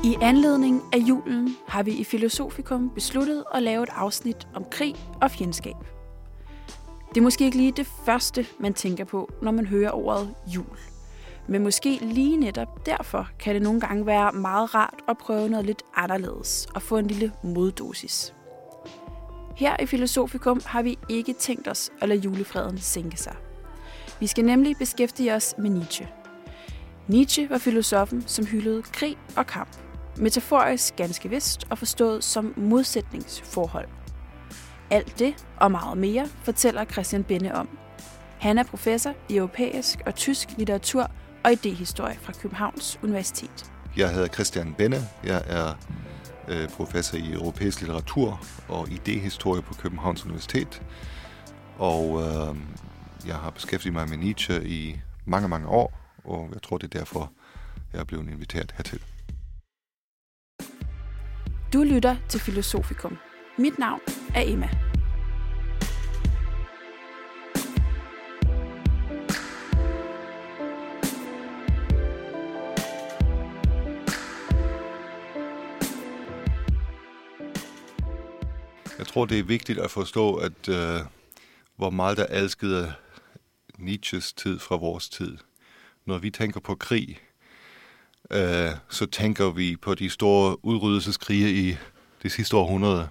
I anledning af julen har vi i Filosofikum besluttet at lave et afsnit om krig og fjendskab. Det er måske ikke lige det første, man tænker på, når man hører ordet jul. Men måske lige netop derfor kan det nogle gange være meget rart at prøve noget lidt anderledes og få en lille moddosis. Her i Filosofikum har vi ikke tænkt os at lade julefreden sænke sig. Vi skal nemlig beskæftige os med Nietzsche. Nietzsche var filosofen, som hyldede krig og kamp. Metaforisk ganske vist og forstået som modsætningsforhold. Alt det og meget mere fortæller Christian Benne om. Han er professor i europæisk og tysk litteratur og idéhistorie fra Københavns Universitet. Jeg hedder Christian Benne. Jeg er professor i europæisk litteratur og idéhistorie på Københavns Universitet. Og jeg har beskæftiget mig med Nietzsche i mange, mange år, og jeg tror, det er derfor, jeg er blevet inviteret hertil. Du lytter til Filosofikum. Mit navn er Emma. Jeg tror, det er vigtigt at forstå, at hvor meget der adskiller Nietzsches tid fra vores tid. Når vi tænker på krig, så tænker vi på de store udryddelseskrige i det sidste århundrede,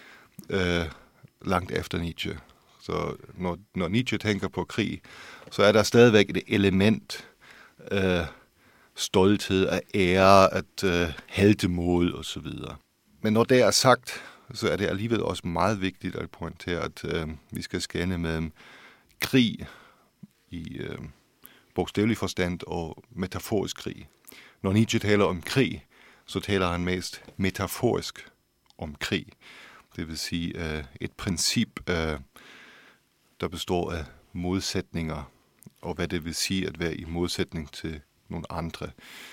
langt efter Nietzsche. Så når Nietzsche tænker på krig, så er der stadigvæk et element stolthed, af ære, at heltemod osv. Men når det er sagt, så er det alligevel også meget vigtigt at pointere, at vi skal skelne mellem krig i bogstavelig forstand og metaforisk krig. Når Nietzsche taler om krig, så taler han mest metaforisk om krig. Det vil sige et princip, der består af modsætninger, og hvad det vil sige at være i modsætning til nogle andre.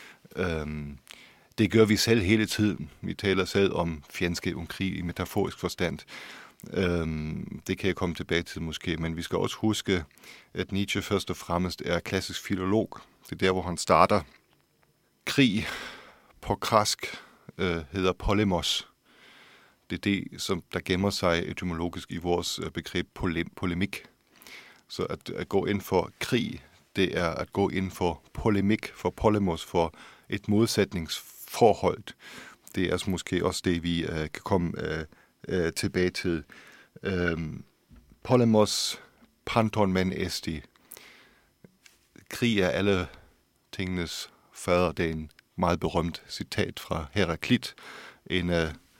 Det gør vi selv hele tiden. Vi taler selv om fjendskab, om krig i metaforisk forstand. Det kan jeg komme tilbage til måske, men vi skal også huske, at Nietzsche først og fremmest er klassisk filolog. Det er der, hvor han starter. Krig på græsk hedder polemos. Det er det, som der gemmer sig etymologisk i vores begreb polemik. Så at gå ind for krig, det er at gå ind for polemik, for polemos, for et modsætningsforhold. Det er altså måske også det, vi kan komme tilbage til. Polemos panton men esti. Krig er alle tingenes fader. Det er en meget berømt citat fra Heraklit, en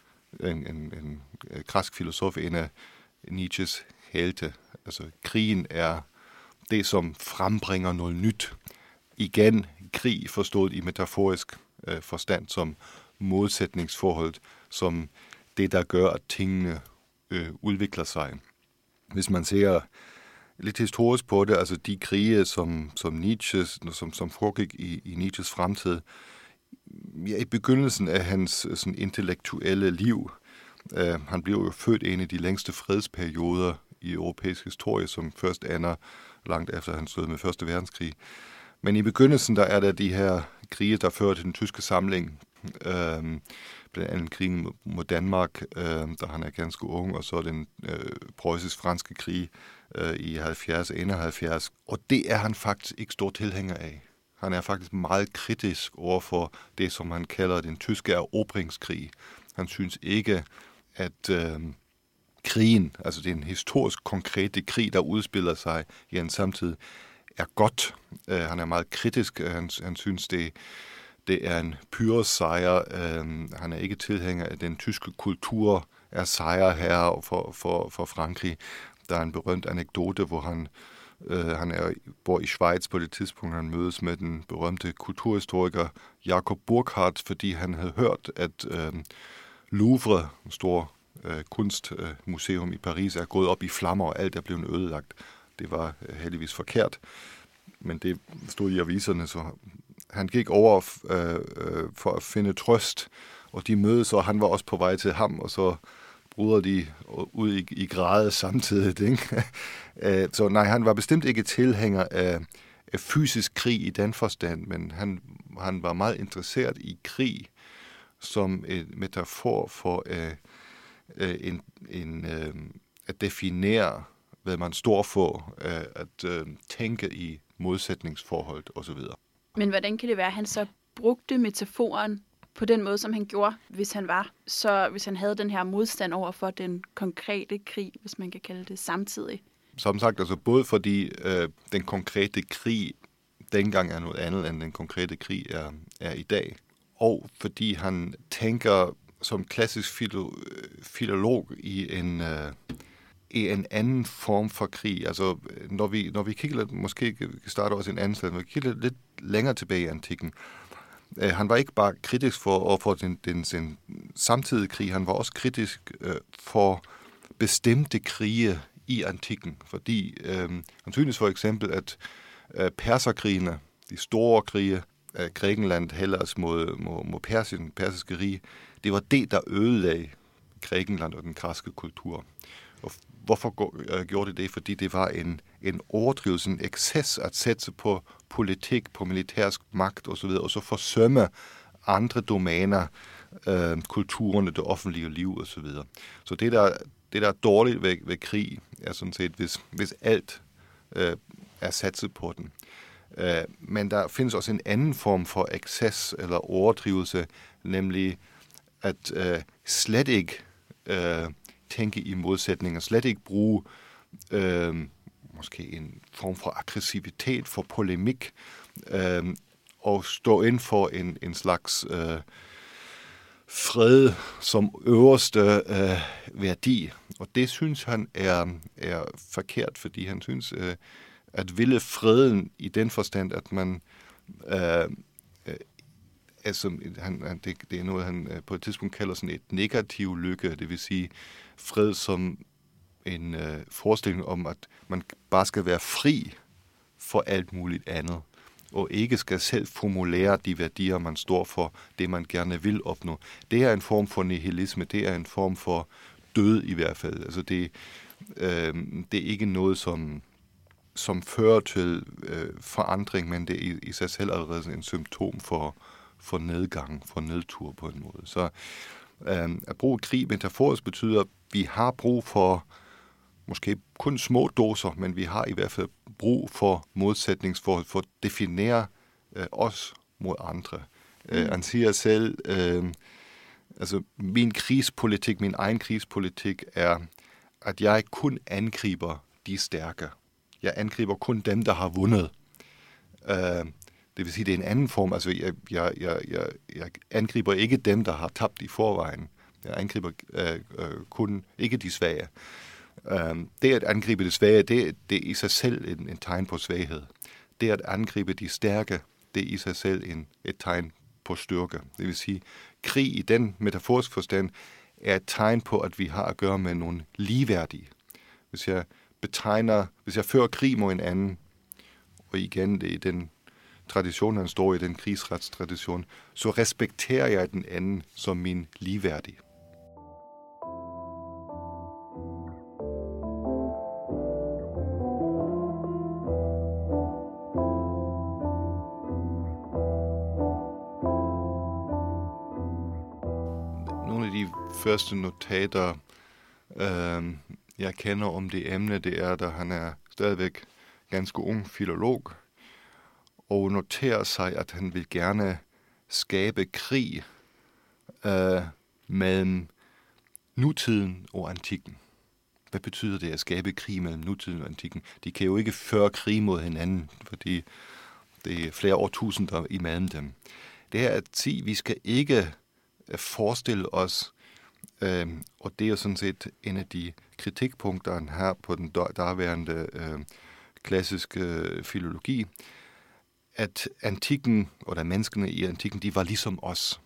græsk filosof, en af Nietzsches helte. Altså, krigen er det, som frembringer noget nyt. Igen, krig forstået i metaforisk forstand som modsætningsforhold, som det, der gør, at tingene udvikler sig. Hvis man ser lidt historisk på det, altså de krige, som foregik i Nietzsches fremtid, ja, i begyndelsen af hans sådan intellektuelle liv, han blev jo født en af de længste fredsperioder i europæisk historie, som først ender langt efter hans død med Første Verdenskrig. Men i begyndelsen, der er der de her krige, der fører til den tyske samling, blandt andet krigen mod Danmark, da han er ganske ung, og så den preussisk-franske krig i 70-71. Og det er han faktisk ikke stor tilhænger af. Han er faktisk meget kritisk overfor det, som han kalder den tyske erobringskrig. Han synes ikke, at krigen, altså den historisk konkrete krig, der udspiller sig i en samtid, er godt. Han er meget kritisk. Han synes, det er en pyrrhus-sejr. Han er ikke tilhænger af den tyske kultur er sejrherre for Frankrig. Der er en berømt anekdote, hvor han bor i Schweiz på det tidspunkt, han mødes med den berømte kulturhistoriker Jakob Burckhardt, fordi han havde hørt, at Louvre, en stor kunstmuseum i Paris, er gået op i flammer, og alt er blevet ødelagt. Det var heldigvis forkert, men det stod i aviserne, så han gik over for at finde trøst, og de mødes, og han var også på vej til ham, og så bryder de ud i græde samtidig. Ikke? Så nej, han var bestemt ikke tilhænger af fysisk krig i den forstand, men han var meget interesseret i krig som en metafor for at definere, hvad man står for, at tænke i modsætningsforhold osv. Men hvordan kan det være, at han så brugte metaforen på den måde, som han gjorde, hvis han havde den her modstand over for den konkrete krig, hvis man kan kalde det, samtidig? Som sagt, altså både fordi den konkrete krig dengang er noget andet, end den konkrete krig er i dag, og fordi han tænker som klassisk filolog i en anden form for krig. Altså, når vi kigger lidt, måske starter også en anden sted, når vi kigger lidt længere tilbage i antikken, han var ikke bare kritisk for den samtidige krig, han var også kritisk for bestemte krige i antikken, fordi han synes for eksempel, at perserkrigene, de store krige, Grækenland, Hellas mod persiske rige, det var det, der ødelagde Grækenland og den græske kultur. Og hvorfor gjorde det? Fordi det var en overdrivelse, en excess at sætte på politik, på militærsk magt osv., og så forsømme andre domæner, kulturerne, det offentlige liv osv. Så det, der er dårligt ved krig, er sådan set, hvis alt er satset på den. Men der findes også en anden form for excess eller overdrivelse, nemlig at slet ikke tænke i modsætninger, slet ikke bruge måske en form for aggressivitet, for polemik, og stå ind for en slags fred som øverste værdi. Og det synes han er forkert, fordi han synes, at ville freden i den forstand, at man det er noget, han på et tidspunkt kalder sådan et negativ lykke, det vil sige fred som en forestilling om, at man bare skal være fri for alt muligt andet, og ikke skal selv formulere de værdier, man står for, det man gerne vil opnå. Det er en form for nihilisme, det er en form for død i hvert fald. Altså det er ikke noget, som fører til forandring, men det er i sig selv allerede en symptom for nedgang, for nedtur på en måde. Så at bruge krig metaforisk betyder, at vi har brug for måske kun små doser, men vi har i hvert fald brug for modsætningsforhold, for at definere os mod andre. Han siger selv, altså min egen krigspolitik er, at jeg kun angriber de stærke. Jeg angriber kun dem, der har vundet. Det vil sige, det er en anden form. Altså, jeg angriber ikke dem, der har tabt i forvejen. Jeg angriber kun ikke de svage. Det at angribe de svage, det er i sig selv en tegn på svaghed. Det at angribe de stærke, det er i sig selv et tegn på styrke. Det vil sige, krig i den metaforiske forstand er et tegn på, at vi har at gøre med nogle ligeværdige. Hvis jeg fører krig mod en anden, og igen det er den tradition, han står i, den krigsretstradition, så respekterer jeg den anden som min ligeværdige. Nogle af de første notater, jeg kender om det emne, det er, da han er stadigvæk ganske ung filolog, og noterer sig, at han vil gerne skabe krig mellem nutiden og antikken. Hvad betyder det at skabe krig mellem nutiden og antikken? De kan jo ikke føre krig mod hinanden, fordi det er flere årtusinder imellem dem. Det er at sige, at vi skal ikke forestille os, og det er sådan set en af de kritikpunkter, han har på den derværende klassiske filologi, at antikken, eller menneskene i antikken, de var ligesom os.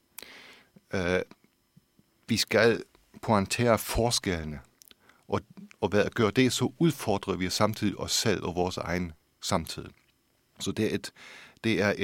Vi skal pointere forskellene, og ved at gøre det, så udfordrer vi samtidig os selv og vores egen samtid. Så det er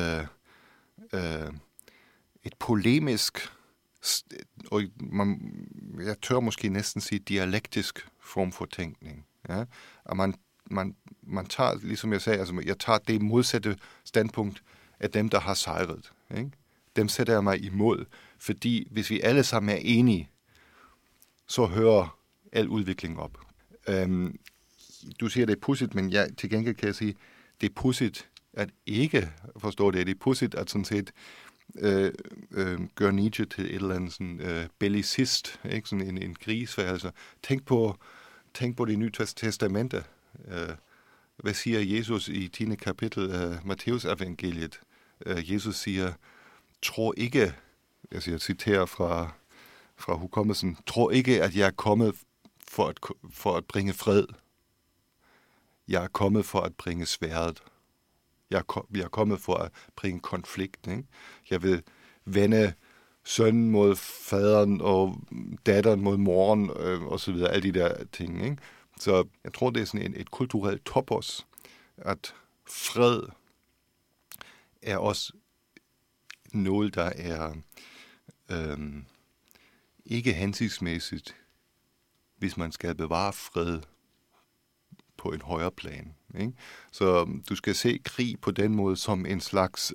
et polemisk, og jeg tør måske næsten sige dialektisk form for tænkning. Ja? Og man tager, ligesom jeg sagde, altså jeg tager det modsatte standpunkt af dem, der har sejret. Ikke? dem sætter jeg mig imod, fordi hvis vi alle sammen er enige, så hører al udvikling op. Du siger, det er pudsigt, men til gengæld kan jeg sige, det er pudsigt at ikke forstå det. Det er pudsigt at sådan set gøre Nietzsche til et eller andet sådan, bellicist, ikke? Sådan en krigsførelse. Tænk på det nye testamente. Hvad siger Jesus i 10. kapitel af Matteus evangeliet? Jesus siger, tro ikke, jeg citerer fra hukommelsen, tro ikke, at jeg er kommet for at bringe fred. Jeg er kommet for at bringe sværdet. Vi er kommet for at bringe konflikt. Ikke? Jeg vil vende sønnen mod faderen og datteren mod moren og så videre. Alle de der ting. Ikke? Så jeg tror, det er sådan et kulturelt topos, at fred er også noget, der er ikke hensigtsmæssigt, hvis man skal bevare fred på en højere plan. Ikke? Så du skal se krig på den måde som en slags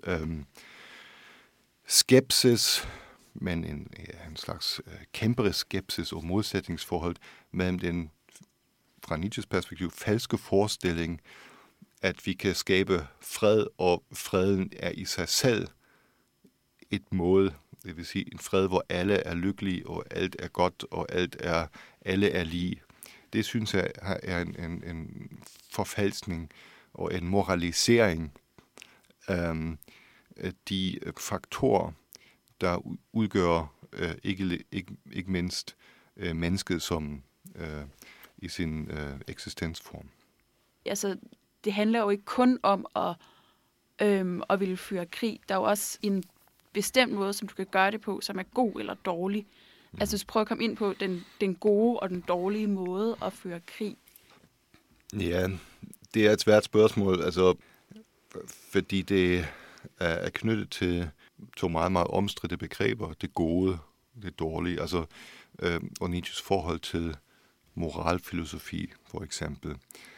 skepsis, men en slags kæmpe skepsis og modsætningsforhold mellem den, fra Nietzsches perspektiv, falske forestilling, at vi kan skabe fred, og freden er i sig selv et mål, det vil sige en fred, hvor alle er lykkelige, og alt er godt, og alle er lige. Det synes jeg er en forfalskning og en moralisering af de faktorer, der udgør ikke mindst mennesket som i sin eksistensform. Altså, det handler jo ikke kun om at ville føre krig. Der er jo også en bestemt måde, som du kan gøre det på, som er god eller dårlig. Altså, prøv at komme ind på den gode og den dårlige måde at føre krig. Ja, det er et svært spørgsmål, altså, fordi det er knyttet til to meget, meget omstridte begreber. Det gode, det dårlige, altså, og Nietzsches forhold til moralfilosofi, for eksempel.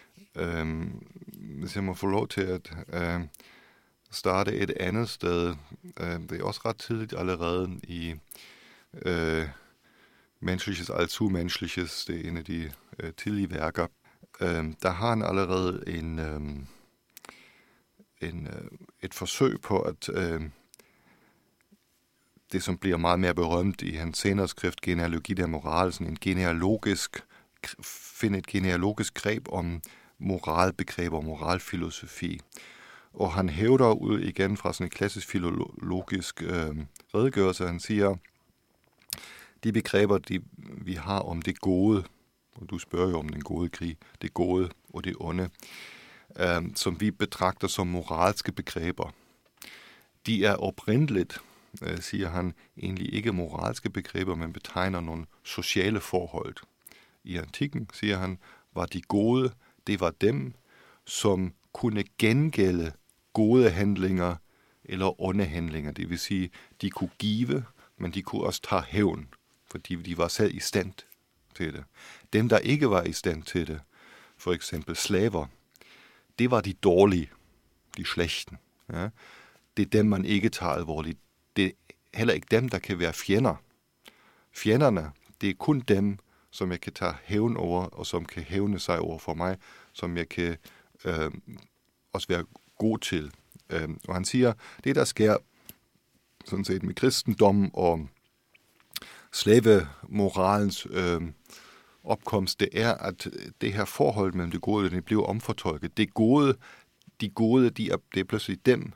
Hvis jeg må få lov til at starte et andet sted, det er også ret tidligt allerede i Menschliches als Unmenschliches, det er en af de tidlige værker. Der har han allerede et forsøg på at det, som bliver meget mere berømt i hans senere skrift, Genealogi der moral, sådan finde et genealogisk greb om moralbegreber og moralfilosofi. Og han hævder ud igen fra sådan en klassisk filologisk redegørelse, han siger, de begreber, vi har om det gode, og du spørger jo om den gode krig, det gode og det onde, som vi betragter som moralske begreber, de er oprindeligt, siger han, egentlig ikke moralske begreber, men betegner nogle sociale forhold. I antikken, siger han, var de gode, det var dem, som kunne gengælde gode handlinger eller onde handlinger. Det vil sige, de kunne give, men de kunne også tage hævn, fordi de var selv i stand til det. Dem, der ikke var i stand til det, for eksempel slaver, det var de dårlige, de schlechten. Ja? Det er dem, man ikke tager alvorligt. Det er heller ikke dem, der kan være fjender. Fjenderne, det er kun dem, som jeg kan tage hævn over, og som kan hævne sig over for mig, som jeg kan også være god til. Og han siger, det der sker sådan set med kristendom og slavemoralens opkomst, det er, at det her forhold mellem det gode, det bliver omfortolket. De gode, det er pludselig dem,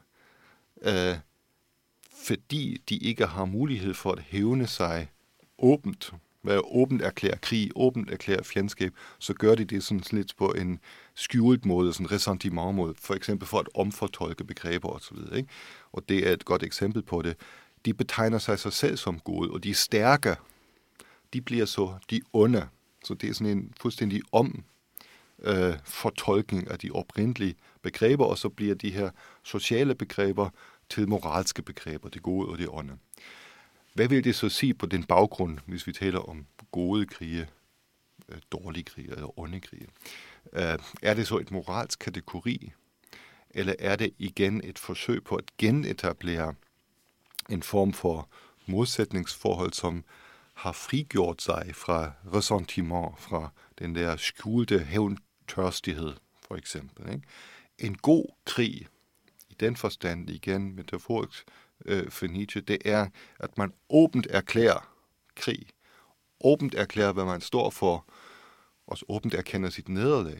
fordi de ikke har mulighed for at hævne sig åbent, åbent erklære krig, åbent erklære fjendskab, så gør de det sådan lidt på en skjult måde, sådan ressentiment måde, for eksempel for at omfortolke begreber og så videre. Ikke? Og det er et godt eksempel på det. De betegner sig selv som gode, og de stærke, de bliver så de onde. Så det er sådan en fuldstændig fortolkning af de oprindelige begreber, og så bliver de her sociale begreber til moralske begreber, det gode og det onde. Hvad vil det så sige på den baggrund, hvis vi taler om gode krige, dårlige krige eller onde krige? Er det så et moralsk kategori, eller er det igen et forsøg på at genetablere en form for modsætningsforhold, som har frigjort sig fra ressentiment, fra den der skjulte hævntørstighed, for eksempel. Ikke? En god krig, i den forstand igen metaforisk for Nietzsche, det er, at man åbent erklærer krig, åbent erklærer, hvad man står for, og åbent erkender sit nederlag.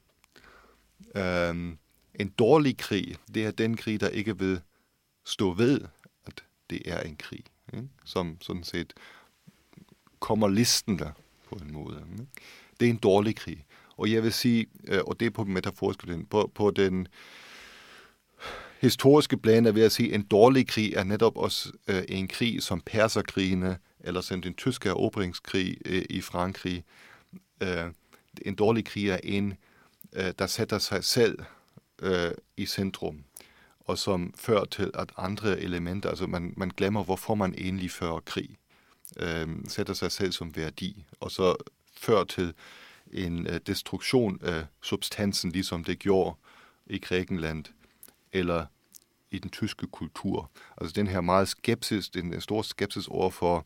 En dårlig krig, det er den krig, der ikke vil stå ved, at det er en krig, ikke? Som sådan set kommer listen der på en måde. Ikke? Det er en dårlig krig. Og jeg vil sige, og det er på den metaforiske plan, på den historiske plan er ved at sige, at en dårlig krig er netop også en krig som perserkrigene, eller som den tyske erobringskrig i Frankrig. En dårlig krig er en, der sætter sig selv i centrum, og som fører til, at andre elementer, altså man glemmer, hvorfor man egentlig fører krig, sætter sig selv som værdi, og så fører til en destruktion af substansen, ligesom det gjorde i Grækenland, eller i den tyske kultur. Altså den her meget skepsis, den store skepsis overfor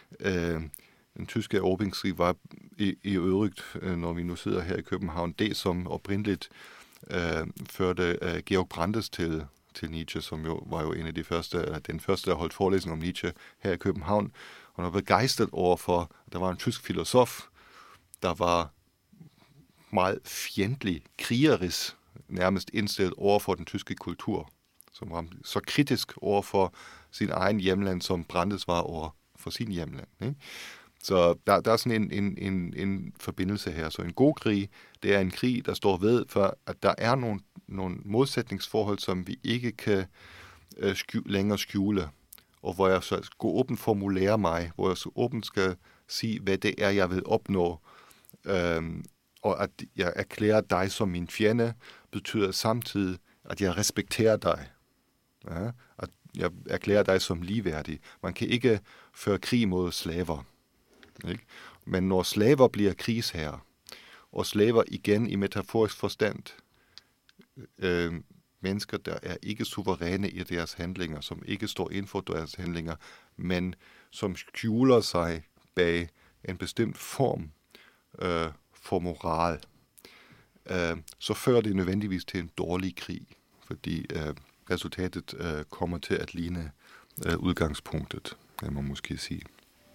den tyske erobringskrig var i øvrigt, når vi nu sidder her i København, det som oprindeligt førte Georg Brandes til Nietzsche, som jo var jo en af den første, der holdt forelæsning om Nietzsche her i København. Og han var begejstret overfor, at der var en tysk filosof, der var meget fjendtlig, krigerisk, nærmest indstillet over for den tyske kultur, som var så kritisk over for sin egen hjemland, som Brandes var over for sin hjemland. Ikke? Så der er sådan en forbindelse her. Så en god krig, det er en krig, der står ved for, at der er nogle modsætningsforhold, som vi ikke kan længere skjule, og hvor jeg så skal åbent formulere mig, hvor jeg så åbent skal sige, hvad det er, jeg vil opnå, og at jeg erklærer dig som min fjende, betyder samtidig, at jeg respekterer dig. Ja? At jeg erklærer dig som ligeværdig. Man kan ikke føre krig mod slaver. Ikke? Men når slaver bliver krigsherrer, og slaver igen i metaforisk forstand, mennesker, der er ikke suveræne i deres handlinger, som ikke står inden for deres handlinger, men som skjuler sig bag en bestemt form for moral, så fører det nødvendigvis til en dårlig krig, fordi resultatet kommer til at ligne udgangspunktet, kan man måske sige.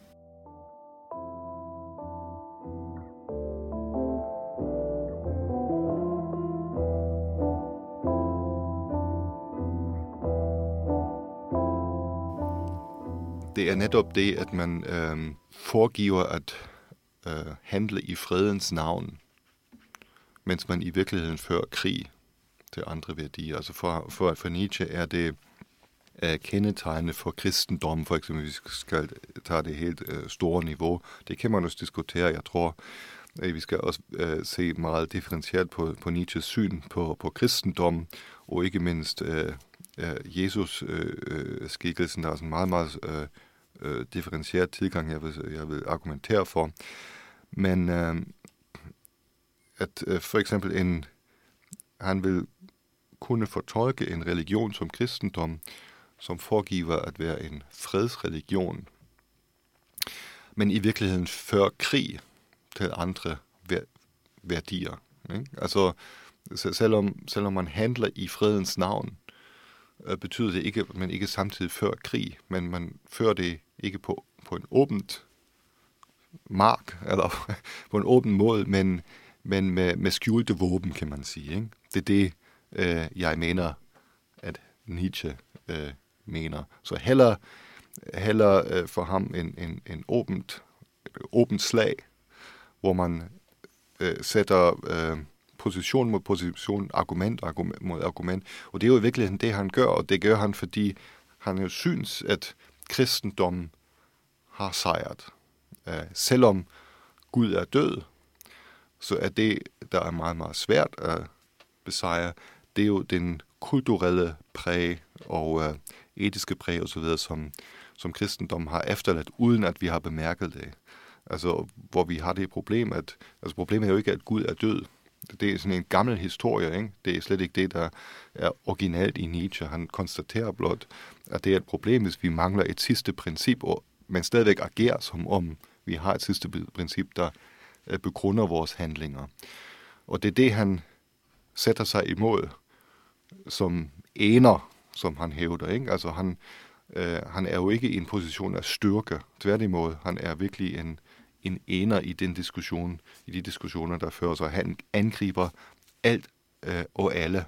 Det er netop det, at man foregiver at handle i fredens navn, mens man i virkeligheden fører krig til andre værdier. Altså for Nietzsche er det kendetegnende for kristendom, for eksempel, hvis vi skal tage det helt store niveau. Det kan man også diskutere. Jeg tror, vi skal også se meget differentieret på Nietzsches syn på kristendom, og ikke mindst Jesus skikkelsen, der er sådan meget, meget differentieret tilgang, jeg vil argumentere for. Men at for eksempel han vil kunne fortolke en religion som kristendom, som foregiver at være en fredsreligion, men i virkeligheden fører krig til andre værdier. Ikke? Altså, selvom man handler i fredens navn, betyder det ikke, at man ikke samtidig fører krig, men man fører det ikke på en åbent mark, eller på en åben måde, men med skjulte våben, kan man sige. Ikke? Det er det, jeg mener, at Nietzsche mener. Så hellere for ham en åbent slag, hvor man sætter position mod position, argument mod argument. Og det er jo i virkeligheden det, han gør, og det gør han, fordi han jo synes, at kristendommen har sejret. Selvom Gud er død, så er det, der er meget, meget svært at besejre, det er jo den kulturelle præg og etiske præg osv., som kristendommen har efterladt, uden at vi har bemærket det. Altså, hvor vi har det problem, problemet er jo ikke, at Gud er død. Det er sådan en gammel historie, ikke? Det er slet ikke det, der er originalt i Nietzsche. Han konstaterer blot, at det er et problem, hvis vi mangler et sidste princip, men stadigvæk agerer som om vi har et sidste princip, der begrunder vores handlinger. Og det er det, han sætter sig imod som ener, som han hævder, ikke? Altså han er jo ikke i en position af styrke. Tværtimod, han er virkelig en ener i de diskussioner, der fører sig. Han angriber alt og alle.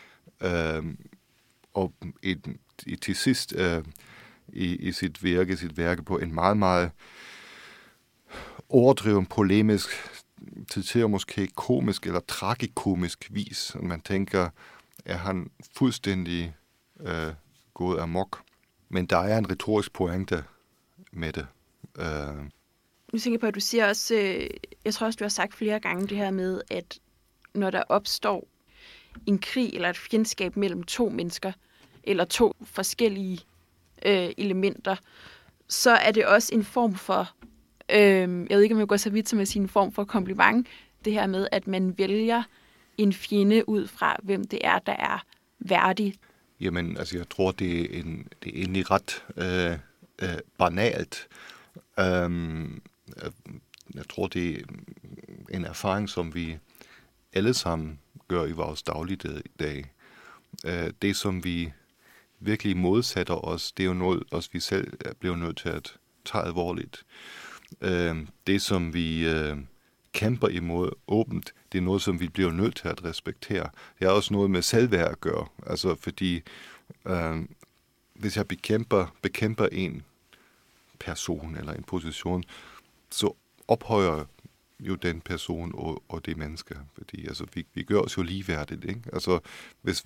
Og til sidst i sit værke på en meget, meget overdreven polemisk, til måske komisk eller tragikomisk vis. Man tænker, er han fuldstændig gået amok. Men der er en retorisk pointe med det. Nu tænker jeg på, at du siger også, jeg tror også, du har sagt flere gange det her med, at når der opstår en krig eller et fjendskab mellem to mennesker, eller to forskellige elementer, så er det også en form for, jeg ved ikke, om jeg går så vidt som at sige en form for kompliment, det her med, at man vælger en fjende ud fra, hvem det er, der er værdig. Jamen, altså jeg tror, det er egentlig ret banalt. Jeg tror, det er en erfaring, som vi alle sammen gør i vores dagligdag. Det, som vi virkelig modsætter os, det er jo noget, også vi selv bliver nødt til at tage alvorligt. Det, som vi kæmper imod åbent, det er noget, som vi bliver nødt til at respektere. Det er også noget med selvværd at gøre. Altså, fordi hvis jeg bekæmper en person eller en position, så ophøjer jo den person og det menneske. Fordi altså, vi gør os jo ligeværdigt, ikke? Altså, hvis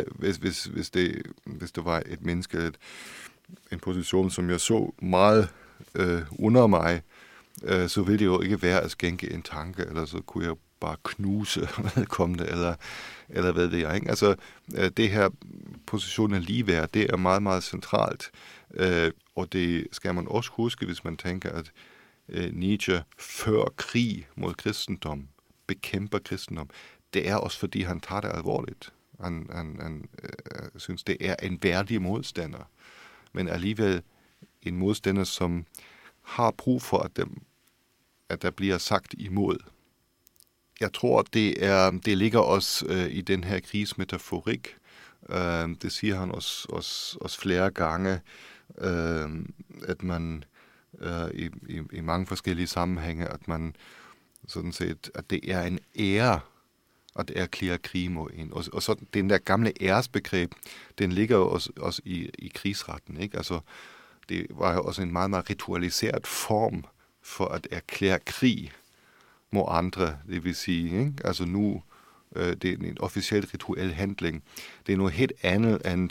det var et menneske, en position, som jeg så meget under mig, så ville det jo ikke være at skænke en tanke, eller så kunne jeg bare knuse vedkommende, eller hvad det er, ikke? Altså, det her position af ligeværd, det er meget, meget centralt. Og det skal man også huske, hvis man tænker, at Nietzsche før krig mod kristendom, bekæmper kristendom. Det er også fordi, han tager det alvorligt. Han synes, det er en værdig modstander. Men alligevel en modstander, som har brug for, at der bliver sagt imod. Jeg tror, det ligger også i den her krigsmetaforik. Det siger han også flere gange, at man i mange forskellige sammenhænge, at man sådan set, at det er en ære at erklære krig mod en. Og så den der gamle æresbegreb, den ligger jo også i krigsretten, ikke? Altså, det var jo også en meget, meget ritualiseret form for at erklære krig mod andre, det vil sige, ikke? Altså nu, det er en officiel rituel handling. Det er noget helt andet end,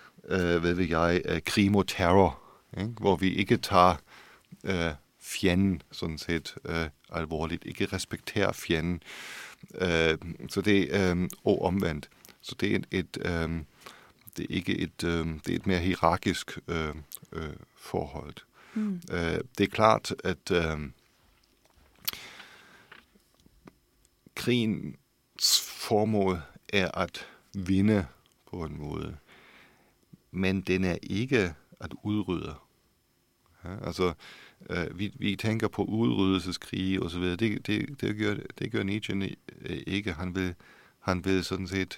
krig mod terror, ikke? Hvor vi ikke tager fjenden sådan set alvorligt, ikke respekterer fjenden. Så det er omvendt. Så det er det er ikke det er et mere hierarkisk forhold. Det er klart, at krigens formål er at vinde på en måde, men den er ikke at udrydde. Ja, altså, vi tænker på udryddelseskrige og så videre. Det gør Nietzsche ikke. Han vil sådan set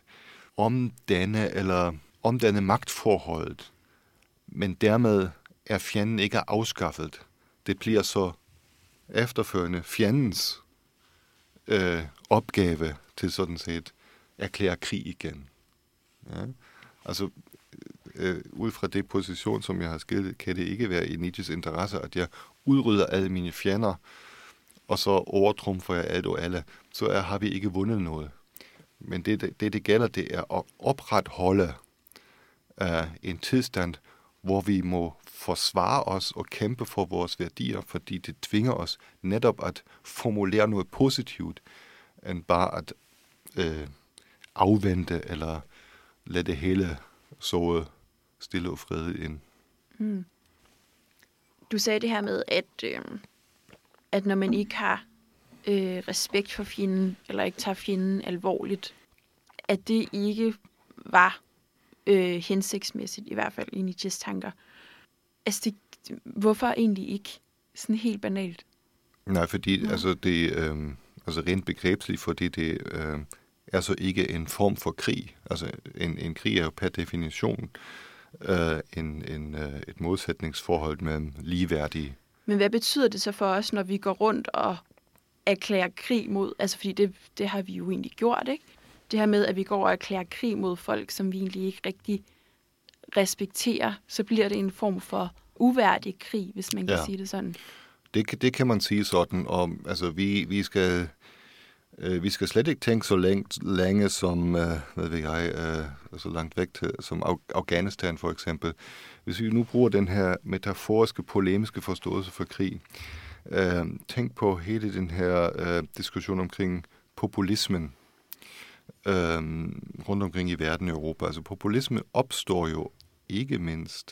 omdanne magtforholdet, men dermed er fjenden ikke afskaffet. Det bliver så efterfølgende fjendens opgave til sådan set erklære krig igen. Ja? Altså, ud fra det position, som jeg har skildret, kan det ikke være i Nietzsches interesse, at jeg udrydder alle mine fjender, og så overtrumfer jeg alt og alle. Så har vi ikke vundet noget. Men det gælder, det er at opretholde en tilstand, hvor vi må forsvare os og kæmpe for vores værdier, fordi det tvinger os netop at formulere noget positivt, end bare at afvente eller lade det hele så stille og fredeligt ind. Du sagde det her med, at når man ikke har respekt for fjenden, eller ikke tager fjenden alvorligt, at det ikke var hensigtsmæssigt, i hvert fald i Nietzsches tanker. Altså, hvorfor egentlig ikke? Sådan helt banalt. Nej, fordi altså rent begrebsligt, fordi det er så ikke en form for krig. Altså en krig er jo per definition et modsætningsforhold mellem ligeværdige. Men hvad betyder det så for os, når vi går rundt og erklærer krig mod, altså fordi det har vi jo egentlig gjort, ikke? Det her med, at vi går og erklærer krig mod folk, som vi egentlig ikke rigtig respekterer, så bliver det en form for uværdig krig, hvis man kan sige det sådan. Det kan man sige sådan, og altså vi skal slet ikke tænke så længe som, så langt væk til, som Afghanistan for eksempel. Hvis vi nu bruger den her metaforiske, polemiske forståelse for krig, tænk på hele den her diskussion omkring populismen rundt omkring i verden i Europa. Altså populisme opstår jo ikke mindst,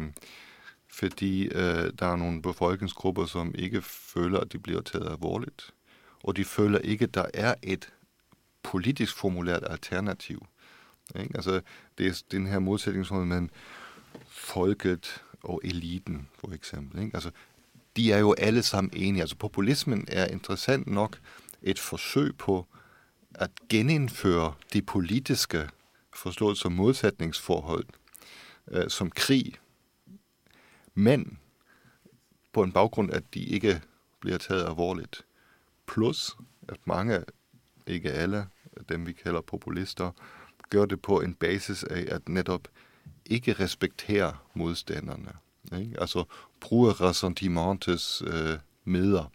fordi der er nogle befolkningsgrupper, som ikke føler, at de bliver taget alvorligt. Og de føler ikke, at der er et politisk formuleret alternativ. Ikke? Altså, det er den her modsætningsforhold mellem folket og eliten, for eksempel. Ikke? Altså, de er jo alle sammen enige. Altså, populismen er interessant nok et forsøg på at genindføre det politiske, forstået som modsætningsforhold, som krig, men på en baggrund, at de ikke bliver taget alvorligt. Plus, at mange, ikke alle, dem vi kalder populister, gør det på en basis af at netop ikke respektere modstanderne. Ikke? Altså bruge ressentimentets midler.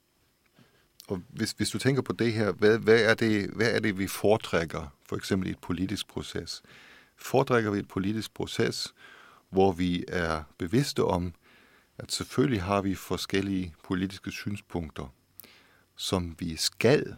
Og hvis du tænker på det her, hvad er det, vi foretrækker, for eksempel i et politisk proces? Foretrækker vi et politisk proces, hvor vi er bevidste om, at selvfølgelig har vi forskellige politiske synspunkter, som vi skal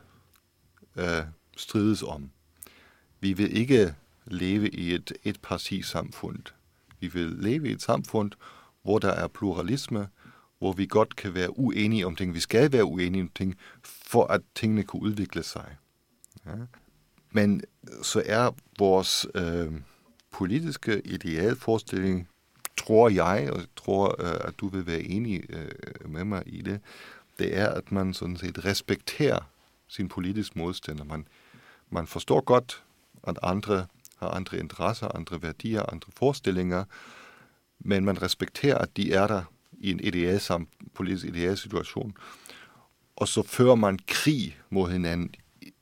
strides om. Vi vil ikke leve i et etpartisamfund. Vi vil leve i et samfund, hvor der er pluralisme, hvor vi godt kan være uenige om ting. Vi skal være uenige om ting, for at tingene kan udvikle sig. Ja. Men så er vores politiske idealforestilling, tror jeg, og tror, at du vil være enig med mig i det, det er, at man sådan set respekterer sin politiske modstander. Man forstår godt, at andre har andre interesser, andre værdier, andre forestillinger, men man respekterer, at de er der i en politisk idealsituation, og så fører man krig mod hinanden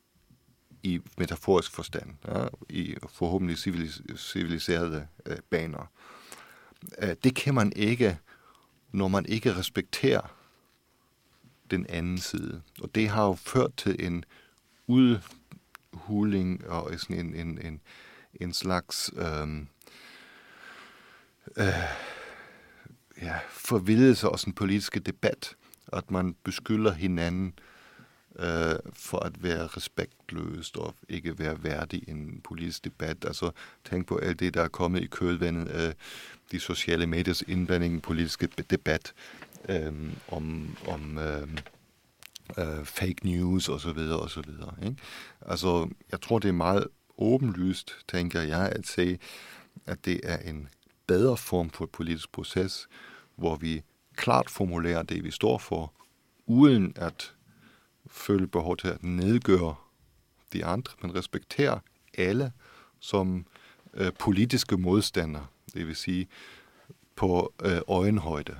i metaforisk forstand, ja, i forhåbentlig civiliserede baner. Det kan man ikke, når man ikke respekterer den anden side. Og det har jo ført til en udhuling og sådan en slags forvildelse og sådan politiske debat, at man beskylder hinanden for at være respektløst og ikke være værdig i en politisk debat. Altså tænk på alt det, der er kommet i kølvandet af de sociale mediers indblanding i en politisk debat om fake news og så videre og så videre. Ikke? Altså jeg tror, det er meget åbenlyst, tænker jeg, at sige, at det er en bedre form for et politisk proces, hvor vi klart formulerer det, vi står for, uden at føle behov til at nedgøre de andre, men respektere alle som politiske modstandere, det vil sige på øjenhøjde.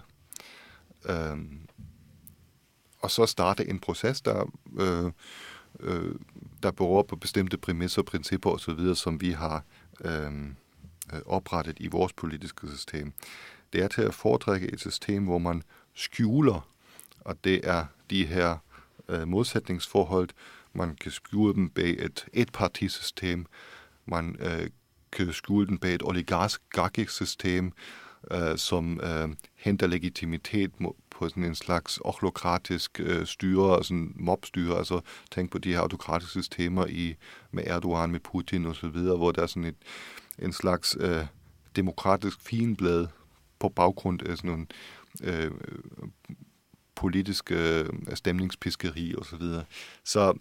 Og så starte en proces, der beror på bestemte præmisser, principper osv., som vi har oprettet i vores politiske system. Det er til at foretrække et system, hvor man skjuler, at det er de her modsætningsforhold. Man kan skjule dem bag et etpartisystem. Man kan skjule dem bag et oligarkisk system, som henter legitimitet på sådan en slags ochlokratisk styre, sådan mobstyre. Altså tænk på de her autokratiske systemer med Erdogan, med Putin og så videre, hvor der er sådan en slags demokratisk figenblad på baggrund af sådan nogle politiske stemningspiskeri osv. Så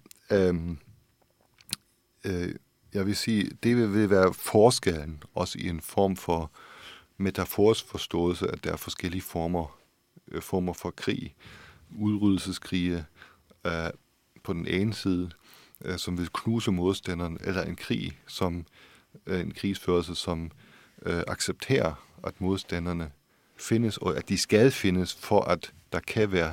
jeg vil sige, det vil være forskellen, også i en form for metaforisk forståelse, at der er forskellige former for krig, udryddelseskrige på den ene side, som vil knuse modstanderen, eller en krigsførelse, som accepterer, at modstanderne findes, og at de skal findes, for at der kan være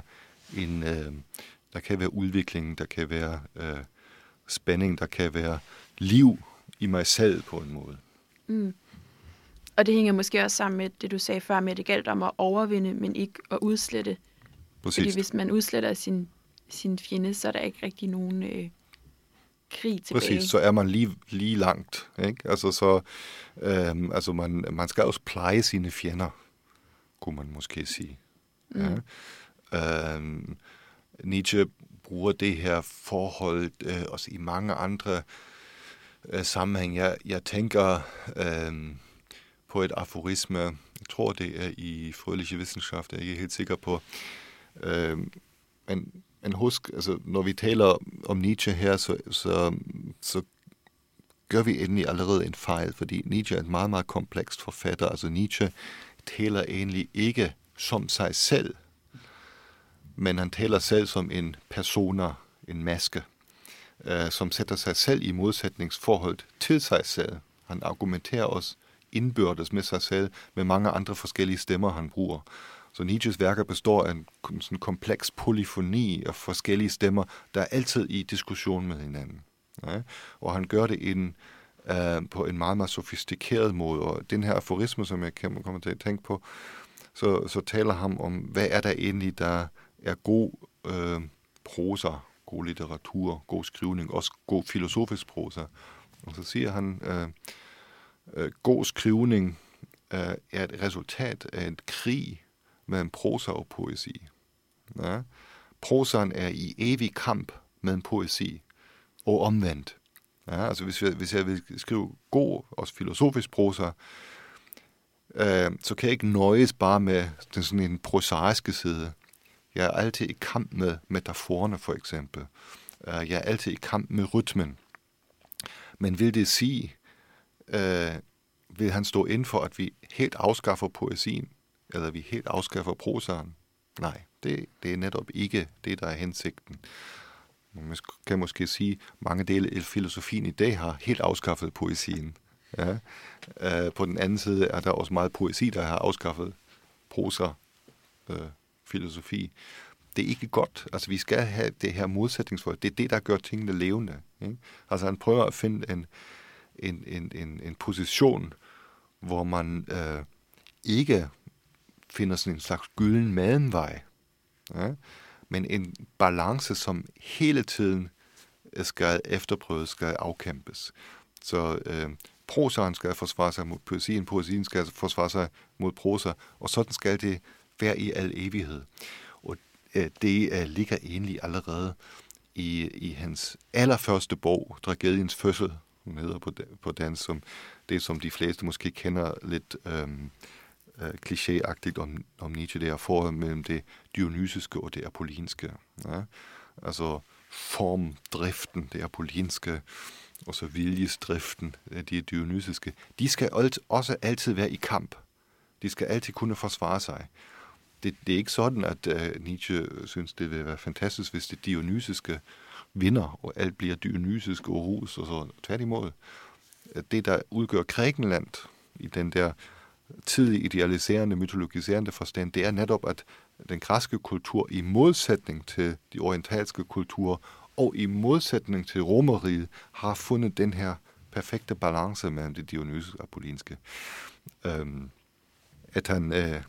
udvikling, der kan være spænding, der kan være liv i mig selv på en måde. Mm. Og det hænger måske også sammen med det, du sagde før, med at det galt om at overvinde, men ikke at udslette. Præcis. Fordi hvis man udsletter sin fjende, så er der ikke rigtig nogen krig tilbage. Præcis, så er man lige langt. Ikke? Altså, man skal også pleje sine fjender, kunne man måske sige. Mm. Ja. Nietzsche bruger det her forhold også i mange andre sammenhæng. Jeg tænker på et aforisme, jeg tror det er i Fröhliche Wissenschaft, jeg er ikke helt sikker på. Men husk, altså, når vi taler om Nietzsche her, så gør vi endelig allerede en fejl, fordi Nietzsche er en meget, meget komplekst forfatter. Altså Nietzsche taler egentlig ikke som sig selv, men han taler selv som en persona, en maske, som sætter sig selv i modsætningsforhold til sig selv. Han argumenterer også indbyrdes med sig selv, med mange andre forskellige stemmer, han bruger. Så Nietzsches værker består af en sådan kompleks polyfoni af forskellige stemmer, der er altid i diskussion med hinanden. Ja? Og han gør det på en meget, meget sofistikeret måde. Og den her aforisme, som jeg kommer til at tænke på, så taler han om, hvad er der egentlig, der er god prosa, god litteratur, god skrivning, også god filosofisk prosa. Og så siger han, god skrivning er et resultat af en krig mellem prosa og poesi. Ja? Prosaen er i evig kamp med en poesi, og omvendt. Ja? Altså hvis jeg vil skrive god, også filosofisk prosa, så kan jeg ikke nøjes bare med den sådan en prosaiske side. Jeg er altid i kamp med metaforerne, for eksempel. Jeg er altid i kamp med rytmen. Men vil det sige, vil han stå inden for, at vi helt afskaffer poesien, eller vi helt afskaffer prosaen? Nej, det er netop ikke det, der er hensigten. Man kan måske sige, at mange dele af filosofien i dag har helt afskaffet poesien. Ja. På den anden side er der også meget poesi, der har afskaffet prosa, filosofi. Det er ikke godt. Altså, vi skal have det her modsætningsforhold. Det er det, der gør tingene levende. Ikke? Altså, han prøver at finde en position, hvor man ikke finder sådan en slags gylden mellemvej, ja? Men en balance, som hele tiden skal efterprøves, skal afkæmpes. Så prosaen skal forsvare sig mod poesien, poesien skal forsvare sig mod prosa, og sådan skal det være i al evighed. Og det ligger egentlig allerede i hans allerførste bog, Tragediens fødsel, hun hedder på dansk, som det, som de fleste måske kender lidt klichéagtigt om Nietzsche, det er forholdet mellem det dionysiske og det apollinske. Ja? Altså formdriften, det apollinske, og så viljesdriften, det dionysiske. De skal også altid være i kamp. De skal altid kunne forsvare sig. Det er ikke sådan, at Nietzsche synes, det vil være fantastisk, hvis det dionysiske vinder, og alt bliver dionysisk og rus, og så tværtimod. Det, der udgør Grækenland i den der tidlig idealiserende, mytologiserende forstand, det er netop, at den græske kultur i modsætning til de orientalske kulturer og i modsætning til Romeriet har fundet den her perfekte balance mellem det dionysiske og apollinske. At han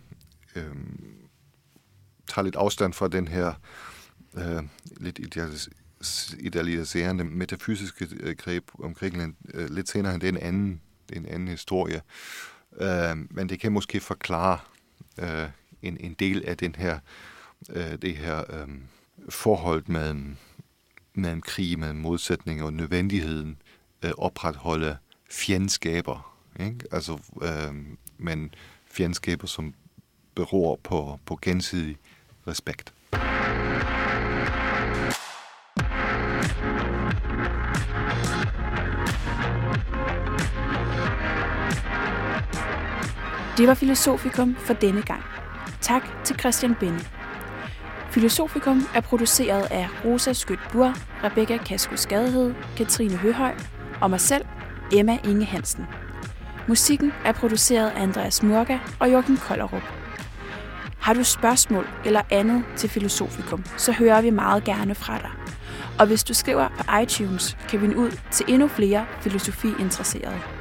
tager lidt afstand fra den her lidt idealiserende metafysiske greb om Grækenland. Lidt senere han det en anden historie. Men det kan måske forklare en del af den her, det her forhold mellem krig, mellem modsætninger og nødvendigheden opretholde fjendskaber. Ikke? Altså, men fjendskaber, som beror på gensidig respekt. Det var Filosofikum for denne gang. Tak til Christian Benne. Filosofikum er produceret af Rosa Skødt-Bur, Rebecca Kasko-Skadehed, Katrine Høhøj og mig selv, Emma Inge Hansen. Musikken er produceret af Andreas Murga og Joachim Kollerup. Har du spørgsmål eller andet til Filosofikum, så hører vi meget gerne fra dig. Og hvis du skriver på iTunes, kan vi nå ud til endnu flere filosofiinteresserede.